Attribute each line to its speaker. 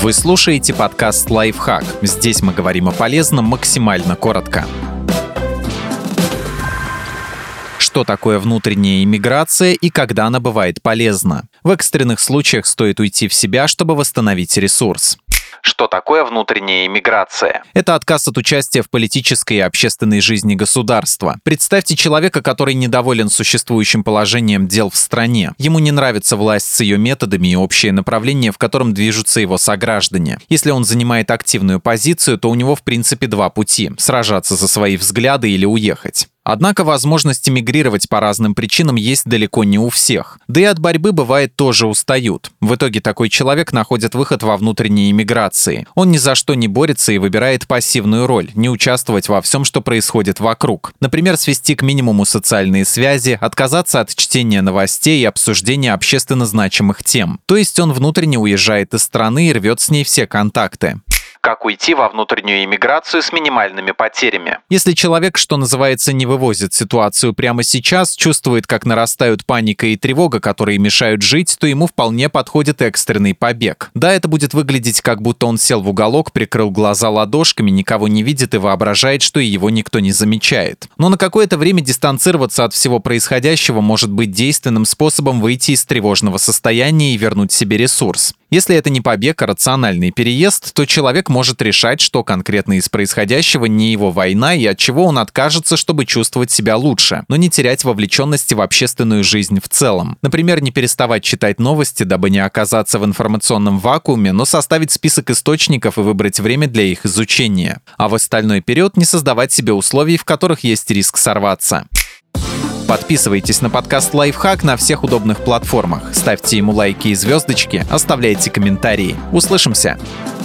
Speaker 1: Вы слушаете подкаст «Лайфхак». Здесь мы говорим о полезном максимально коротко. Что такое внутренняя иммиграция и когда она бывает полезна? В экстренных случаях стоит уйти в себя, чтобы восстановить ресурс. Что такое внутренняя иммиграция? Это отказ от участия в политической и общественной жизни государства. Представьте человека, который недоволен существующим положением дел в стране. Ему не нравится власть с ее методами и общее направление, в котором движутся его сограждане. Если он занимает активную позицию, то у него в принципе два пути – сражаться за свои взгляды или уехать. Однако возможность эмигрировать по разным причинам есть далеко не у всех. Да и от борьбы, бывает, тоже устают. В итоге такой человек находит выход во внутренней эмиграции. Он ни за что не борется и выбирает пассивную роль, не участвовать во всем, что происходит вокруг. Например, свести к минимуму социальные связи, отказаться от чтения новостей и обсуждения общественно значимых тем. То есть он внутренне уезжает из страны и рвет с ней все контакты. Как уйти во внутреннюю иммиграцию с минимальными потерями? Если человек, что называется, не вывозит ситуацию прямо сейчас, чувствует, как нарастают паника и тревога, которые мешают жить, то ему вполне подходит экстренный побег. Да, это будет выглядеть, как будто он сел в уголок, прикрыл глаза ладошками, никого не видит и воображает, что и его никто не замечает. Но на какое-то время дистанцироваться от всего происходящего может быть действенным способом выйти из тревожного состояния и вернуть себе ресурс. Если это не побег, а рациональный переезд, то человек может решать, что конкретно из происходящего не его война и от чего он откажется, чтобы чувствовать себя лучше, но не терять вовлеченности в общественную жизнь в целом. Например, не переставать читать новости, дабы не оказаться в информационном вакууме, но составить список источников и выбрать время для их изучения. А в остальной период не создавать себе условий, в которых есть риск сорваться. Подписывайтесь на подкаст «Лайфхак» на всех удобных платформах. Ставьте ему лайки и звездочки, оставляйте комментарии. Услышимся!